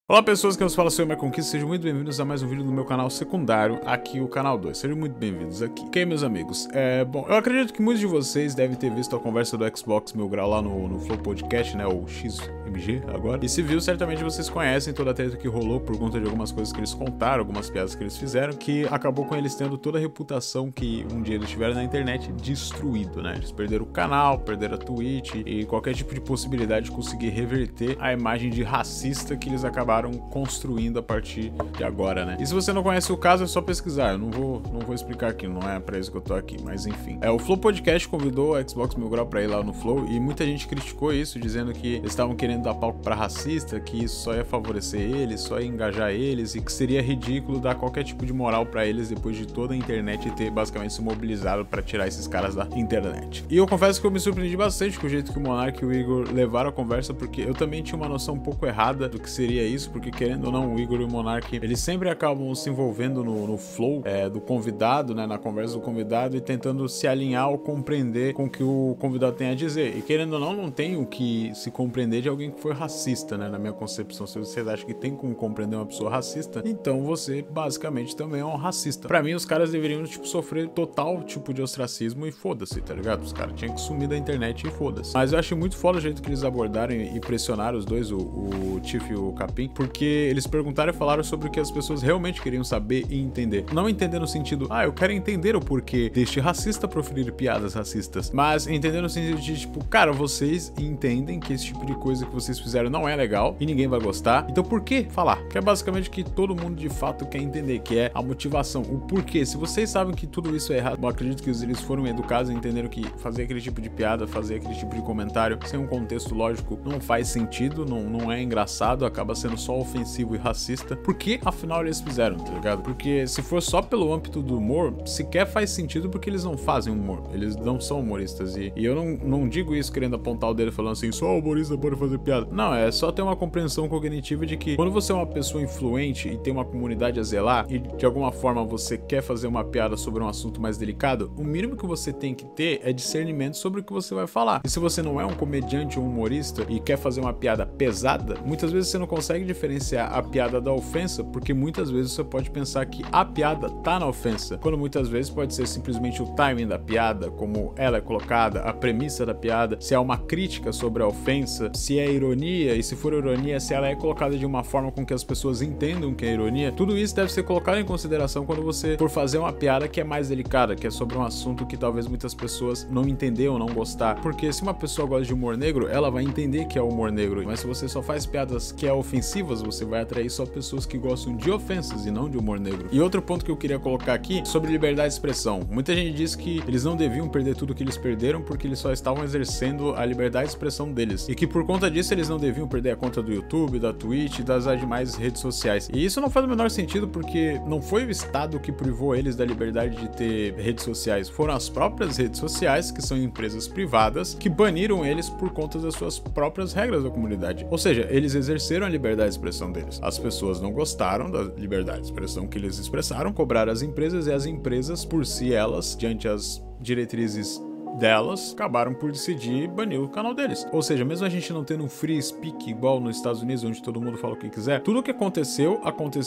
Olá pessoas, que nos fala seu Michael Conquista, sejam muito bem-vindos a mais um vídeo no meu canal secundário, aqui o canal 2, sejam muito bem-vindos aqui. Ok, meus amigos, bom, eu acredito que muitos de vocês devem ter visto a conversa do Xbox Mil Grau lá no Flow Podcast, né, ou XMG agora, e se viu, certamente vocês conhecem toda a treta que rolou por conta de algumas coisas que eles contaram, algumas piadas que eles fizeram, que acabou com eles tendo toda a reputação que um dia eles tiveram na internet destruído, né, eles perderam o canal, perderam a Twitch e qualquer tipo de possibilidade de conseguir reverter a imagem de racista que eles acabaram construindo a partir de agora, né? E se você não conhece o caso, é só pesquisar. Eu não vou explicar aqui, não é pra isso que eu tô aqui, mas enfim. O Flow Podcast convidou o Xbox Mil Grau pra ir lá no Flow e muita gente criticou isso, dizendo que eles estavam querendo dar palco pra racista, que isso só ia favorecer eles, só ia engajar eles e que seria ridículo dar qualquer tipo de moral pra eles depois de toda a internet ter basicamente se mobilizado pra tirar esses caras da internet. E eu confesso que eu me surpreendi bastante com o jeito que o Monark e o Igor levaram a conversa, porque eu também tinha uma noção um pouco errada do que seria isso, porque querendo ou não, o Igor e o Monark, eles sempre acabam se envolvendo no flow do convidado, né, na conversa do convidado e tentando se alinhar ou compreender com o que o convidado tem a dizer. E querendo ou não tem o que se compreender de alguém que foi racista, né, na minha concepção. Se vocês acham que tem como compreender uma pessoa racista, então você basicamente também é um racista. Pra mim, os caras deveriam, tipo, sofrer total tipo de ostracismo e foda-se, tá ligado? Os caras tinham que sumir da internet e foda-se. Mas eu achei muito foda o jeito que eles abordaram e pressionaram os dois, o Tiff e o Capim, porque eles perguntaram e falaram sobre o que as pessoas realmente queriam saber e entender. Não entender no sentido, eu quero entender o porquê deste racista proferir piadas racistas, mas entender no sentido de, tipo, cara, vocês entendem que esse tipo de coisa que vocês fizeram não é legal e ninguém vai gostar, então por que falar? Que é basicamente o que todo mundo de fato quer entender, que é a motivação, o porquê. Se vocês sabem que tudo isso é errado, eu acredito que eles foram educados e entenderam que fazer aquele tipo de piada, fazer aquele tipo de comentário sem um contexto lógico não faz sentido, não é engraçado, acaba sendo só ofensivo e racista. Por que afinal eles fizeram, tá ligado? Porque se for só pelo âmbito do humor, sequer faz sentido, porque eles não fazem humor, eles não são humoristas, e eu não digo isso querendo apontar o dedo falando assim, só humorista pode fazer piada. Não, é só ter uma compreensão cognitiva de que quando você é uma pessoa influente e tem uma comunidade a zelar e de alguma forma você quer fazer uma piada sobre um assunto mais delicado, o mínimo que você tem que ter é discernimento sobre o que você vai falar. E se você não é um comediante ou um humorista e quer fazer uma piada pesada, muitas vezes você não consegue diferenciar a piada da ofensa, porque muitas vezes você pode pensar que a piada tá na ofensa, quando muitas vezes pode ser simplesmente o timing da piada, como ela é colocada, a premissa da piada, se é uma crítica sobre a ofensa, se é ironia, e se for ironia, se ela é colocada de uma forma com que as pessoas entendam que é ironia. Tudo isso deve ser colocado em consideração quando você for fazer uma piada que é mais delicada, que é sobre um assunto que talvez muitas pessoas não entenderam ou não gostar, porque se uma pessoa gosta de humor negro, ela vai entender que é humor negro, mas se você só faz piadas que é ofensivas, você vai atrair só pessoas que gostam de ofensas e não de humor negro. E outro ponto que eu queria colocar aqui sobre liberdade de expressão. Muita gente diz que eles não deviam perder tudo que eles perderam porque eles só estavam exercendo a liberdade de expressão deles, e que por conta disso eles não deviam perder a conta do YouTube, da Twitch e das demais redes sociais. E isso não faz o menor sentido, porque não foi o Estado que privou eles da liberdade de ter redes sociais, foram as próprias redes sociais, que são empresas privadas, que baniram eles por conta das suas próprias regras da comunidade. Ou seja, eles exerceram a liberdade de expressão deles. As pessoas não gostaram da liberdade de expressão que eles expressaram, cobraram as empresas, e as empresas, por si elas, diante as diretrizes delas, acabaram por decidir banir o canal deles. Ou seja, mesmo a gente não tendo um free speak igual nos Estados Unidos, onde todo mundo fala o que quiser, tudo o que aconteceu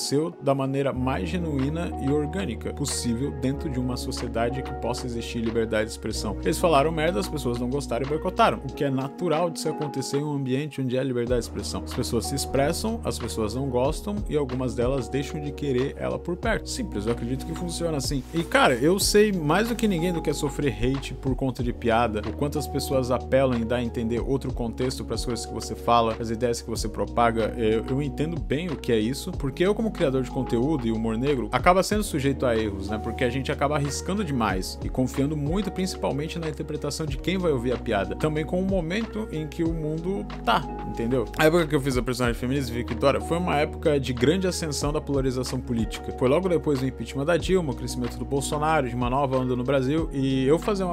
da maneira mais genuína e orgânica possível dentro de uma sociedade que possa existir liberdade de expressão. Eles falaram merda, as pessoas não gostaram e boicotaram, o que é natural de se acontecer em um ambiente onde há liberdade de expressão. As pessoas se expressam, as pessoas não gostam e algumas delas deixam de querer ela por perto. Simples, eu acredito que funciona assim. E cara, eu sei mais do que ninguém do que é sofrer hate por conta de piada, o quanto as pessoas apelam em dar a entender outro contexto para as coisas que você fala, as ideias que você propaga. Eu entendo bem o que é isso, porque eu, como criador de conteúdo e humor negro, acaba sendo sujeito a erros, né? Porque a gente acaba arriscando demais e confiando muito, principalmente na interpretação de quem vai ouvir a piada, também com o momento em que o mundo tá, entendeu? A época que eu fiz a personagem feminista, Victoria, foi uma época de grande ascensão da polarização política. Foi logo depois do impeachment da Dilma, o crescimento do Bolsonaro, de uma nova onda no Brasil, e eu fazer uma piada envolvendo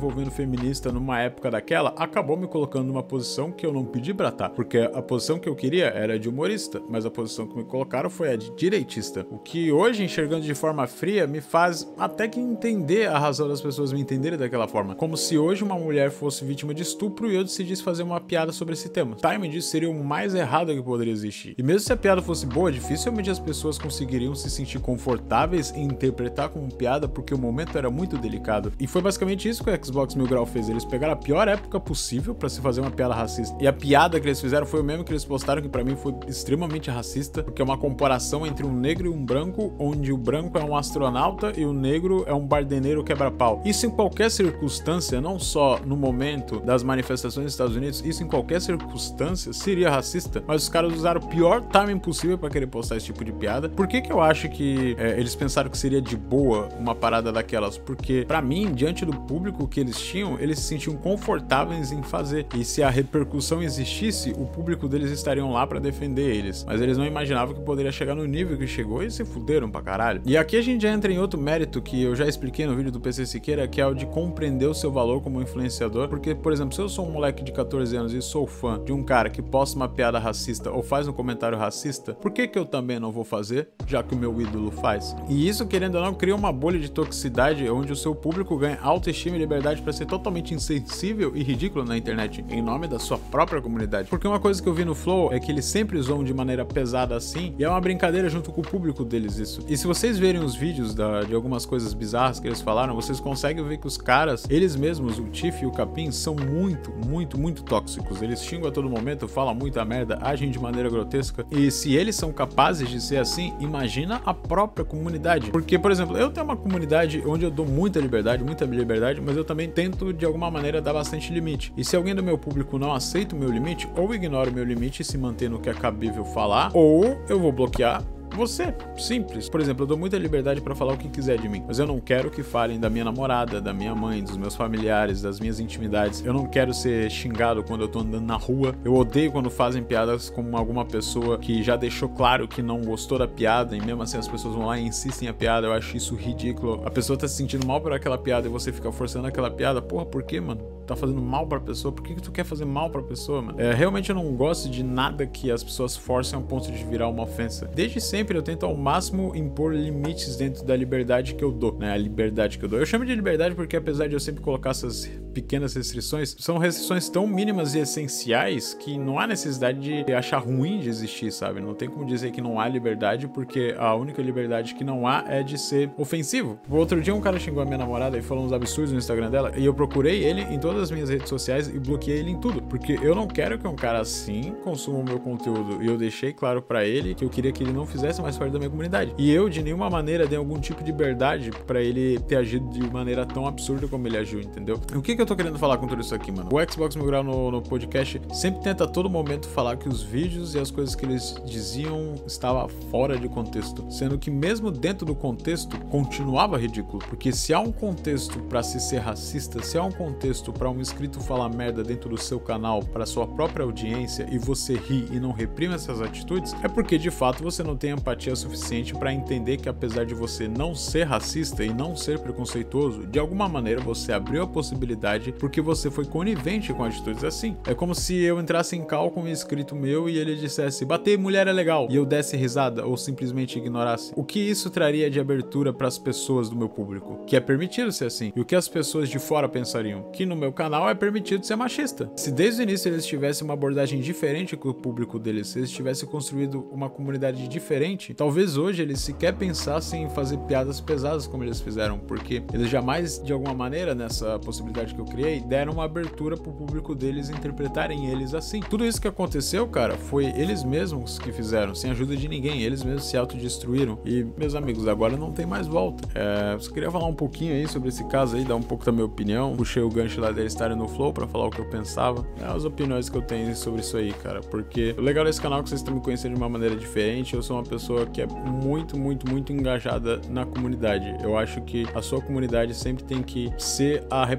envolvendo feminista numa época daquela, acabou me colocando numa posição que eu não pedi pra estar, porque a posição que eu queria era de humorista, mas a posição que me colocaram foi a de direitista, o que hoje, enxergando de forma fria, me faz até que entender a razão das pessoas me entenderem daquela forma, como se hoje uma mulher fosse vítima de estupro e eu decidisse fazer uma piada sobre esse tema. O timing disso seria o mais errado que poderia existir, e mesmo se a piada fosse boa, dificilmente as pessoas conseguiriam se sentir confortáveis em interpretar como piada, porque o momento era muito delicado, e foi basicamente isso que o Xbox Mil Grau fez. Eles pegaram a pior época possível pra se fazer uma piada racista, e a piada que eles fizeram foi o mesmo que eles postaram, que pra mim foi extremamente racista, porque é uma comparação entre um negro e um branco, onde o branco é um astronauta e o negro é um bardeneiro quebra-pau. Isso em qualquer circunstância, não só no momento das manifestações nos Estados Unidos, isso em qualquer circunstância seria racista, mas os caras usaram o pior timing possível pra querer postar esse tipo de piada. Por que que eu acho que eles pensaram que seria de boa uma parada daquelas? Porque pra mim, diante do público que eles tinham, eles se sentiam confortáveis em fazer, e se a repercussão existisse, o público deles estariam lá pra defender eles, mas eles não imaginavam que poderia chegar no nível que chegou e se fuderam pra caralho. E aqui a gente já entra em outro mérito que eu já expliquei no vídeo do PC Siqueira, que é o de compreender o seu valor como influenciador, porque, por exemplo, se eu sou um moleque de 14 anos e sou fã de um cara que posta uma piada racista ou faz um comentário racista, por que que eu também não vou fazer, já que o meu ídolo faz? E isso, querendo ou não, cria uma bolha de toxicidade onde o seu público ganha autoestima e liberdade pra ser totalmente insensível e ridículo na internet, em nome da sua própria comunidade. Porque uma coisa que eu vi no Flow é que eles sempre zoam de maneira pesada assim, e é uma brincadeira junto com o público deles isso. E se vocês verem os vídeos de algumas coisas bizarras que eles falaram, vocês conseguem ver que os caras, eles mesmos, o Tiff e o Capim, são muito tóxicos. Eles xingam a todo momento, falam muita merda, agem de maneira grotesca, e se eles são capazes de ser assim, imagina a própria comunidade. Porque, por exemplo, eu tenho uma comunidade onde eu dou muita liberdade, mas eu também tento de alguma maneira dar bastante limite. E se alguém do meu público não aceita o meu limite, ou ignora o meu limite e se mantém no que é cabível falar, ou eu vou bloquear você. Simples. Por exemplo, eu dou muita liberdade pra falar o que quiser de mim, mas eu não quero que falem da minha namorada, da minha mãe, dos meus familiares, das minhas intimidades. Eu não quero ser xingado quando eu tô andando na rua. Eu odeio quando fazem piadas com alguma pessoa que já deixou claro que não gostou da piada, e mesmo assim as pessoas vão lá e insistem a piada. Eu acho isso ridículo. A pessoa tá se sentindo mal por aquela piada e você fica forçando aquela piada. Porra, por quê, mano? Tá fazendo mal pra pessoa? Por que tu quer fazer mal pra pessoa, mano? Realmente eu não gosto de nada que as pessoas forcem ao ponto de virar uma ofensa. Desde sempre eu tento ao máximo impor limites dentro da liberdade que eu dou, né? A liberdade que eu dou. Eu chamo de liberdade porque, apesar de eu sempre colocar essas pequenas restrições, são restrições tão mínimas e essenciais que não há necessidade de achar ruim de existir, sabe? Não tem como dizer que não há liberdade, porque a única liberdade que não há é de ser ofensivo. O outro dia um cara xingou a minha namorada e falou uns absurdos no Instagram dela, e eu procurei ele em todas as minhas redes sociais e bloqueei ele em tudo, porque eu não quero que um cara assim consuma o meu conteúdo, e eu deixei claro pra ele que eu queria que ele não fizesse mais parte da minha comunidade. E eu, de nenhuma maneira, dei algum tipo de liberdade pra ele ter agido de maneira tão absurda como ele agiu, entendeu? O que eu tô querendo falar com tudo isso aqui, mano? O Xbox Mil Grau no podcast sempre tenta a todo momento falar que os vídeos e as coisas que eles diziam estavam fora de contexto, sendo que mesmo dentro do contexto continuava ridículo, porque se há um contexto pra se ser racista, se há um contexto pra um inscrito falar merda dentro do seu canal pra sua própria audiência e você ri e não reprime essas atitudes, é porque de fato você não tem empatia suficiente pra entender que, apesar de você não ser racista e não ser preconceituoso, de alguma maneira você abriu a possibilidade porque você foi conivente com atitudes assim. É como se eu entrasse em cal com um inscrito meu e ele dissesse bater mulher é legal, e eu desse risada ou simplesmente ignorasse. O que isso traria de abertura para as pessoas do meu público? Que é permitido ser assim. E o que as pessoas de fora pensariam? Que no meu canal é permitido ser machista. Se desde o início eles tivessem uma abordagem diferente com o público deles, se eles tivessem construído uma comunidade diferente, talvez hoje eles sequer pensassem em fazer piadas pesadas como eles fizeram, porque eles jamais, de alguma maneira, nessa possibilidade que eu criei, deram uma abertura pro público deles interpretarem eles assim. Tudo isso que aconteceu, cara, foi eles mesmos que fizeram, sem ajuda de ninguém. Eles mesmos se autodestruíram. E, meus amigos, agora não tem mais volta. Só queria falar um pouquinho aí sobre esse caso aí, dar um pouco da minha opinião. Puxei o gancho lá deles estarem no Flow pra falar o que eu pensava. As opiniões que eu tenho sobre isso aí, cara. Porque o legal desse canal é que vocês estão me conhecendo de uma maneira diferente. Eu sou uma pessoa que é muito engajada na comunidade. Eu acho que a sua comunidade sempre tem que ser a representação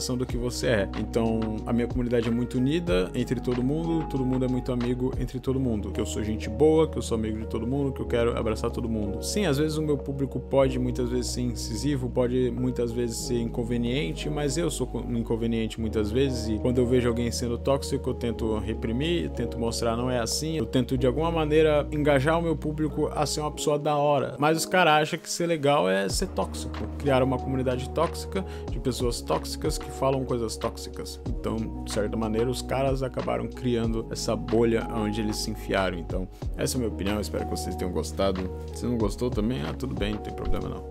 representação do que você é. Então, a minha comunidade é muito unida entre todo mundo é muito amigo entre todo mundo. Que eu sou gente boa, que eu sou amigo de todo mundo, que eu quero abraçar todo mundo. Sim, às vezes o meu público pode muitas vezes ser incisivo, pode muitas vezes ser inconveniente, mas eu sou inconveniente muitas vezes, e quando eu vejo alguém sendo tóxico, eu tento reprimir, tento mostrar não é assim, eu tento de alguma maneira engajar o meu público a ser uma pessoa da hora. Mas os caras acham que ser legal é ser tóxico, criar uma comunidade tóxica de pessoas tóxicas que falam coisas tóxicas. Então, de certa maneira, os caras acabaram criando essa bolha onde eles se enfiaram. Então, essa é a minha opinião, espero que vocês tenham gostado. Se não gostou também, tudo bem, não tem problema não.